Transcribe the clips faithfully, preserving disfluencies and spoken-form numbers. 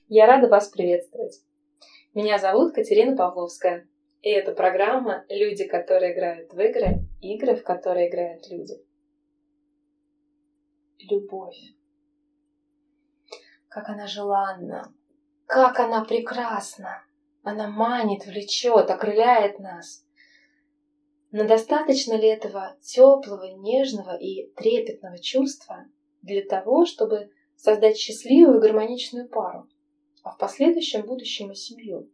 Я рада вас приветствовать. Меня зовут Катерина Павловская, и это программа «Люди, которые играют в игры, игры, в которые играют люди». Любовь. Как она желанна, как она прекрасна. Она манит, влечет, окрыляет нас. Но достаточно ли этого теплого, нежного и трепетного чувства для того, чтобы создать счастливую и гармоничную пару, а в последующем будущем и семью?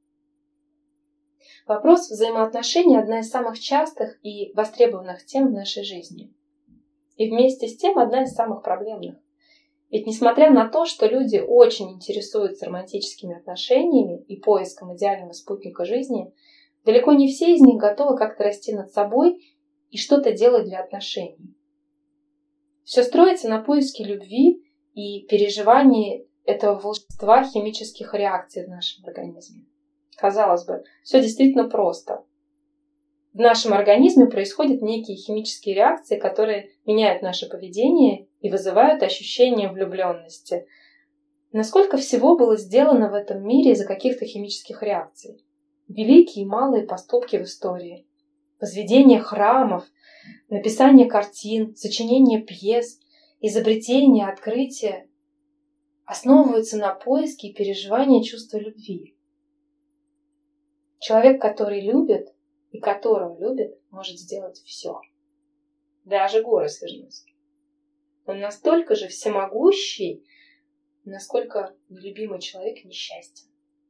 Вопрос взаимоотношений – одна из самых частых и востребованных тем в нашей жизни. И вместе с тем одна из самых проблемных. Ведь несмотря на то, что люди очень интересуются романтическими отношениями и поиском идеального спутника жизни, далеко не все из них готовы как-то расти над собой и что-то делать для отношений. Все строится на поиске любви и переживании этого волшебства химических реакций в нашем организме. Казалось бы, все действительно просто. В нашем организме происходят некие химические реакции, которые меняют наше поведение и вызывают ощущение влюбленности. Насколько всего было сделано в этом мире из-за каких-то химических реакций? Великие и малые поступки в истории. Возведение храмов, написание картин, сочинение пьес, изобретение, открытие основываются на поиске и переживании чувства любви. Человек, который любит и которого любит, может сделать все. Даже горы свернуть. Он настолько же всемогущий, насколько нелюбимый человек несчастен.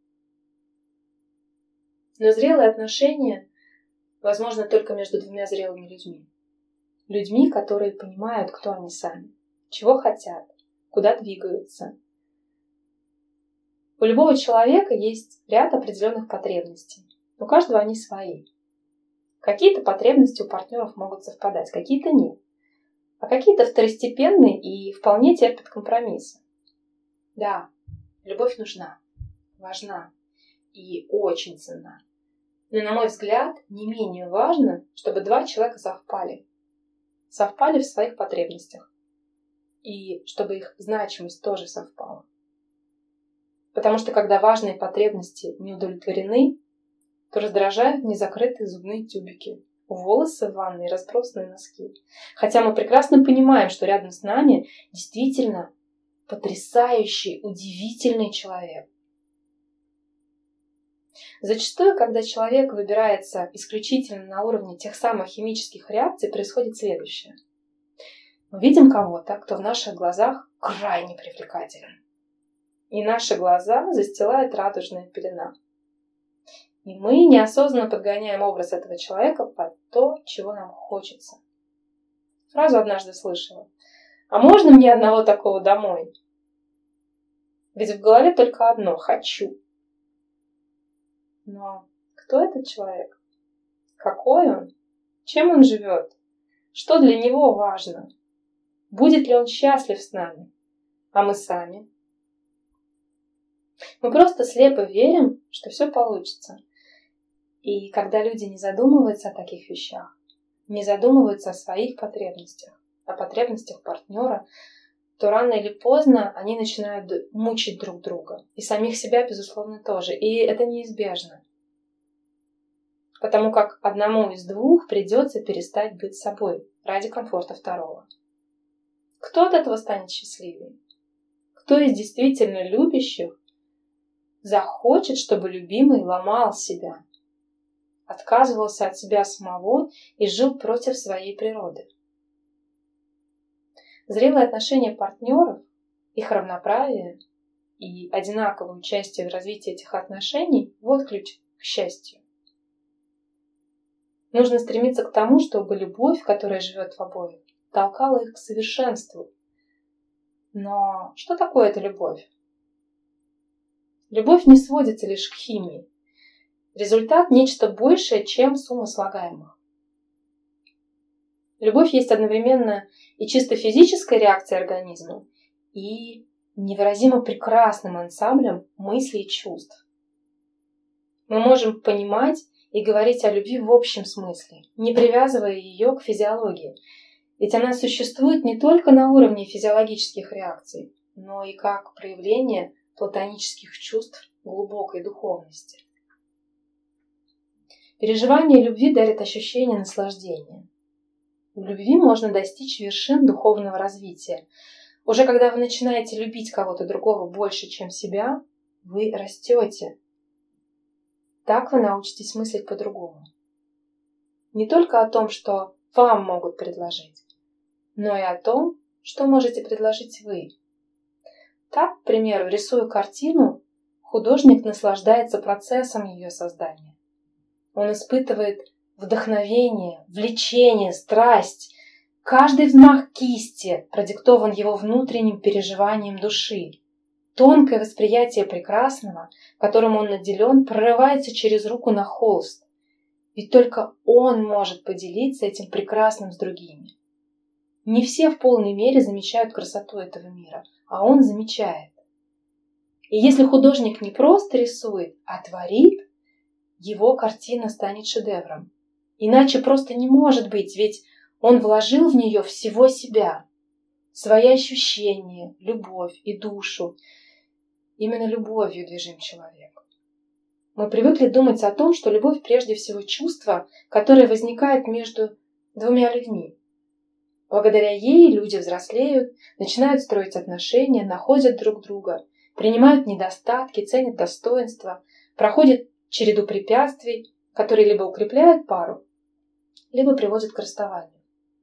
Но зрелые отношения возможны только между двумя зрелыми людьми. Людьми, которые понимают, кто они сами, чего хотят, куда двигаются. У любого человека есть ряд определенных потребностей. У каждого они свои. Какие-то потребности у партнеров могут совпадать, какие-то нет. А какие-то второстепенные и вполне терпят компромиссы. Да, любовь нужна, важна и очень ценна. Но, на мой взгляд, не менее важно, чтобы два человека совпали. Совпали в своих потребностях. И чтобы их значимость тоже совпала. Потому что, когда важные потребности не удовлетворены, то раздражают незакрытые зубные тюбики, волосы в ванной и разбросанные носки. Хотя мы прекрасно понимаем, что рядом с нами действительно потрясающий, удивительный человек. Зачастую, когда человек выбирается исключительно на уровне тех самых химических реакций, происходит следующее. Мы видим кого-то, кто в наших глазах крайне привлекателен. И наши глаза застилает радужная пелена. И мы неосознанно подгоняем образ этого человека под то, чего нам хочется. Фразу однажды слышала. А можно мне одного такого домой? Ведь в голове только одно – хочу. Но кто этот человек? Какой он? Чем он живет? Что для него важно? Будет ли он счастлив с нами? А мы сами? Мы просто слепо верим, что все получится. И когда люди не задумываются о таких вещах, не задумываются о своих потребностях, о потребностях партнера, то рано или поздно они начинают мучить друг друга. И самих себя, безусловно, тоже. И это неизбежно. Потому как одному из двух придется перестать быть собой ради комфорта второго. Кто от этого станет счастливее? Кто из действительно любящих захочет, чтобы любимый ломал себя, отказывался от себя самого и жил против своей природы? Зрелые отношения партнеров, их равноправие и одинаковое участие в развитии этих отношений – вот ключ к счастью. Нужно стремиться к тому, чтобы любовь, которая живет в обоих, толкала их к совершенству. Но что такое эта любовь? Любовь не сводится лишь к химии. Результат – нечто большее, чем сумма слагаемых. Любовь есть одновременно и чисто физическая реакция организма, и невыразимо прекрасным ансамблем мыслей и чувств. Мы можем понимать и говорить о любви в общем смысле, не привязывая ее к физиологии, ведь она существует не только на уровне физиологических реакций, но и как проявление платонических чувств глубокой духовности. Переживание любви дарит ощущение наслаждения. В любви можно достичь вершин духовного развития. Уже когда вы начинаете любить кого-то другого больше, чем себя, вы растете. Так вы научитесь мыслить по-другому. Не только о том, что вам могут предложить, но и о том, что можете предложить вы. Так, к примеру, рисуя картину, художник наслаждается процессом ее создания. Он испытывает вдохновение, влечение, страсть. Каждый взмах кисти продиктован его внутренним переживанием души. Тонкое восприятие прекрасного, которым он наделен, прорывается через руку на холст. Ведь только он может поделиться этим прекрасным с другими. Не все в полной мере замечают красоту этого мира, а он замечает. И если художник не просто рисует, а творит, его картина станет шедевром. Иначе просто не может быть, ведь он вложил в нее всего себя, свои ощущения, любовь и душу. Именно любовью движим человек. Мы привыкли думать о том, что любовь прежде всего чувство, которое возникает между двумя людьми. Благодаря ей люди взрослеют, начинают строить отношения, находят друг друга, принимают недостатки, ценят достоинства, проходят череду препятствий, которые либо укрепляют пару, либо приводят к расставанию.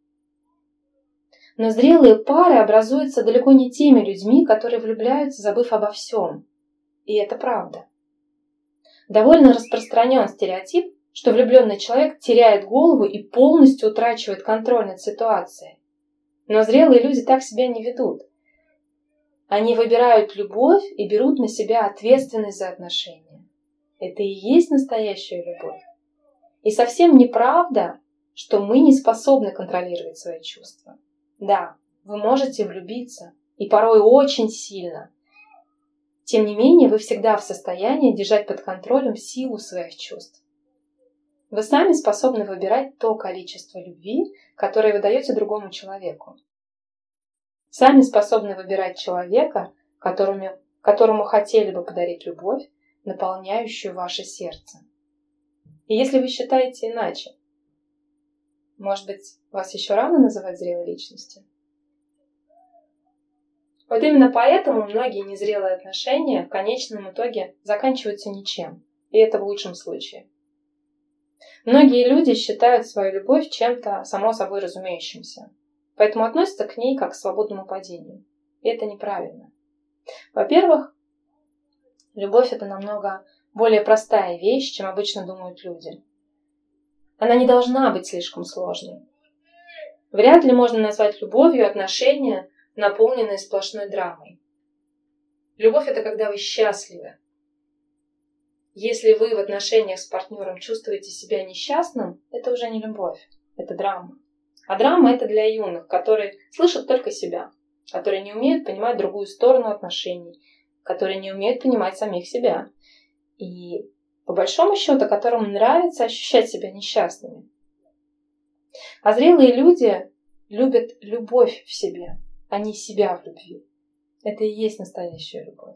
Но зрелые пары образуются далеко не теми людьми, которые влюбляются, забыв обо всем. И это правда. Довольно распространен стереотип, что влюбленный человек теряет голову и полностью утрачивает контроль над ситуацией. Но зрелые люди так себя не ведут. Они выбирают любовь и берут на себя ответственность за отношения. Это и есть настоящая любовь. И совсем неправда, что мы не способны контролировать свои чувства. Да, вы можете влюбиться, и порой очень сильно. Тем не менее, вы всегда в состоянии держать под контролем силу своих чувств. Вы сами способны выбирать то количество любви, которое вы даете другому человеку. Сами способны выбирать человека, которому, которому хотели бы подарить любовь, наполняющую ваше сердце. И если вы считаете иначе, может быть, вас еще рано называть зрелой личностью? Вот именно поэтому многие незрелые отношения в конечном итоге заканчиваются ничем, и это в лучшем случае. Многие люди считают свою любовь чем-то само собой разумеющимся, поэтому относятся к ней как к свободному падению. И это неправильно. Во-первых, любовь – это намного более простая вещь, чем обычно думают люди. Она не должна быть слишком сложной. Вряд ли можно назвать любовью отношения, наполненные сплошной драмой. Любовь – это когда вы счастливы. Если вы в отношениях с партнером чувствуете себя несчастным, это уже не любовь, это драма. А драма – это для юных, которые слышат только себя, которые не умеют понимать другую сторону отношений, которые не умеют понимать самих себя. И, по большому счету, которым нравится ощущать себя несчастными. А зрелые люди любят любовь в себе, а не себя в любви. Это и есть настоящая любовь.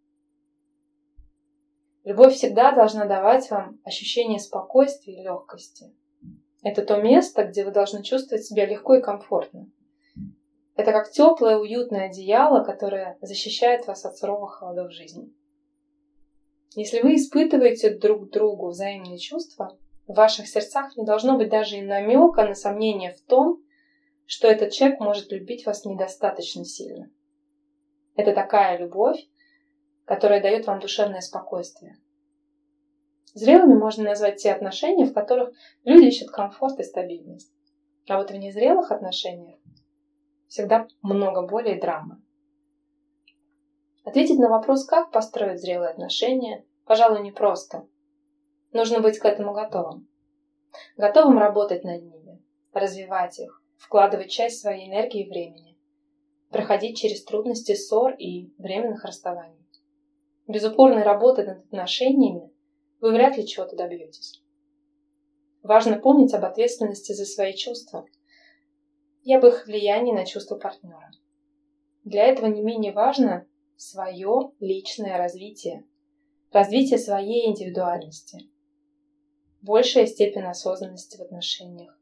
Любовь всегда должна давать вам ощущение спокойствия и легкости. Это то место, где вы должны чувствовать себя легко и комфортно. Это как теплое, уютное одеяло, которое защищает вас от суровых холодов жизни. Если вы испытываете друг к другу взаимные чувства, в ваших сердцах не должно быть даже и намека на сомнение в том, что этот человек может любить вас недостаточно сильно. Это такая любовь, которая дает вам душевное спокойствие. Зрелыми можно назвать те отношения, в которых люди ищут комфорт и стабильность. А вот в незрелых отношениях всегда много боли и драмы. Ответить на вопрос, как построить зрелые отношения, пожалуй, непросто. Нужно быть к этому готовым. Готовым работать над ними, развивать их, вкладывать часть своей энергии и времени, проходить через трудности ссор и временных расставаний. Без упорной работы над отношениями вы вряд ли чего-то добьетесь. Важно помнить об ответственности за свои чувства и об их влиянии на чувства партнера. Для этого не менее важно свое личное развитие, развитие своей индивидуальности, большая степень осознанности в отношениях.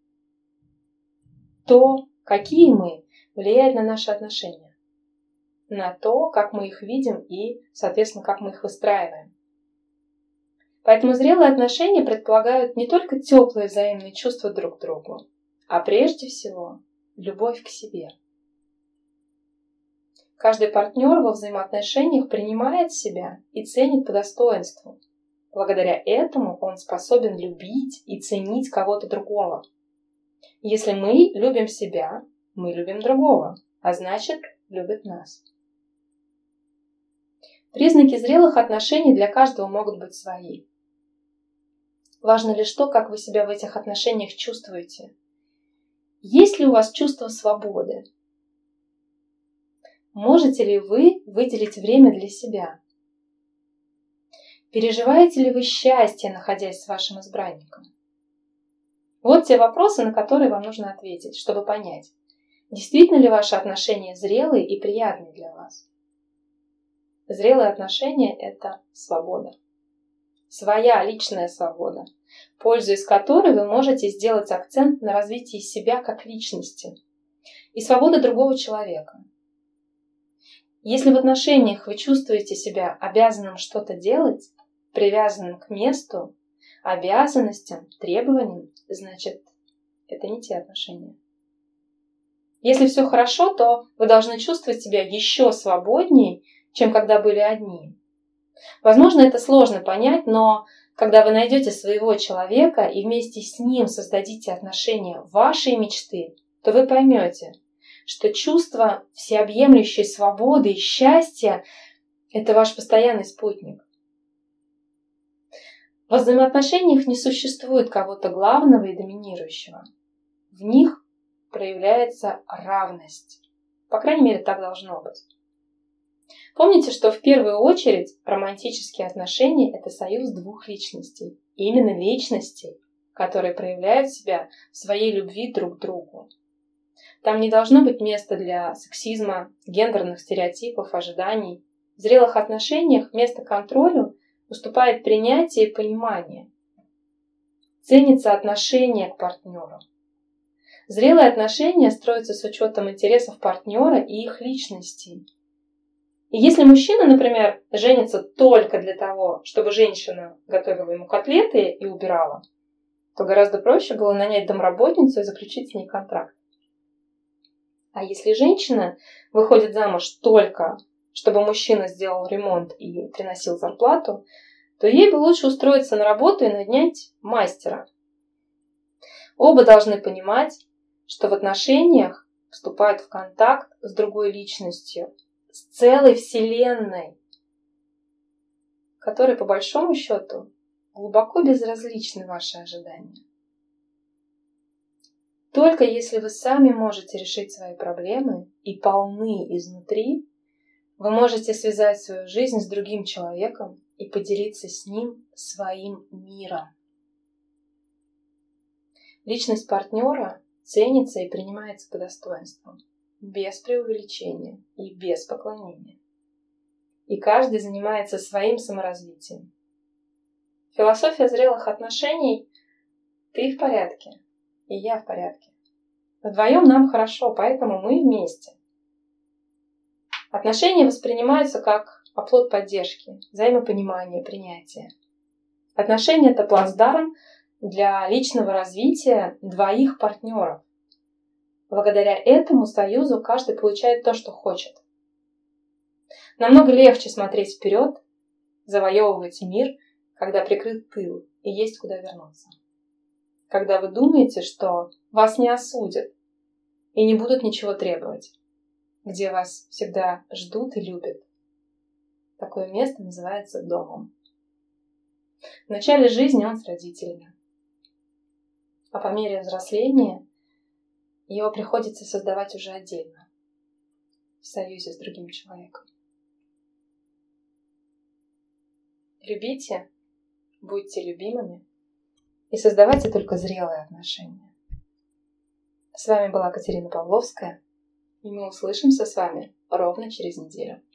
То, какие мы, влияет на наши отношения, на то, как мы их видим и, соответственно, как мы их выстраиваем. Поэтому зрелые отношения предполагают не только теплые взаимные чувства друг к другу, а прежде всего любовь к себе. Каждый партнер во взаимоотношениях принимает себя и ценит по достоинству. Благодаря этому он способен любить и ценить кого-то другого. Если мы любим себя, мы любим другого, а значит, любит нас. Признаки зрелых отношений для каждого могут быть свои. Важно лишь то, как вы себя в этих отношениях чувствуете. Есть ли у вас чувство свободы? Можете ли вы выделить время для себя? Переживаете ли вы счастье, находясь с вашим избранником? Вот те вопросы, на которые вам нужно ответить, чтобы понять, действительно ли ваши отношения зрелые и приятные для вас. Зрелые отношения – это свобода. Своя личная свобода, пользуясь которой вы можете сделать акцент на развитии себя как личности и свобода другого человека. Если в отношениях вы чувствуете себя обязанным что-то делать, привязанным к месту, обязанностям, требованиям, значит, это не те отношения. Если все хорошо, то вы должны чувствовать себя еще свободнее, чем когда были одни. Возможно, это сложно понять, но когда вы найдете своего человека и вместе с ним создадите отношения вашей мечты, то вы поймете, что чувство всеобъемлющей свободы и счастья – это ваш постоянный спутник. В взаимоотношениях не существует кого-то главного и доминирующего. В них проявляется равность. По крайней мере, так должно быть. Помните, что в первую очередь романтические отношения – это союз двух личностей. Именно личностей, которые проявляют себя в своей любви друг к другу. Там не должно быть места для сексизма, гендерных стереотипов, ожиданий. В зрелых отношениях место контролю уступает принятие и понимание. Ценится отношение к партнеру. Зрелые отношения строятся с учетом интересов партнера и их личностей. И если мужчина, например, женится только для того, чтобы женщина готовила ему котлеты и убирала, то гораздо проще было нанять домработницу и заключить с ней контракт. А если женщина выходит замуж только, чтобы мужчина сделал ремонт и приносил зарплату, то ей бы лучше устроиться на работу и нанять мастера. Оба должны понимать, что в отношениях вступают в контакт с другой личностью, с целой вселенной, которой, по большому счету, глубоко безразличны ваши ожидания. Только если вы сами можете решить свои проблемы и полны изнутри, вы можете связать свою жизнь с другим человеком и поделиться с ним своим миром. Личность партнера ценится и принимается по достоинству, без преувеличения и без поклонения. И каждый занимается своим саморазвитием. Философия зрелых отношений – ты в порядке, и я в порядке. Вдвоем нам хорошо, поэтому мы вместе. Отношения воспринимаются как оплот поддержки, взаимопонимания, принятия. Отношения – это плацдарм для личного развития двоих партнеров. Благодаря этому союзу каждый получает то, что хочет. Намного легче смотреть вперед, завоевывать мир, когда прикрыт тыл и есть куда вернуться. Когда вы думаете, что вас не осудят и не будут ничего требовать, где вас всегда ждут и любят. Такое место называется домом. В начале жизни он с родителями, а по мере взросления его приходится создавать уже отдельно, в союзе с другим человеком. Любите, будьте любимыми и создавайте только зрелые отношения. С вами была Катерина Павловская, и мы услышимся с вами ровно через неделю.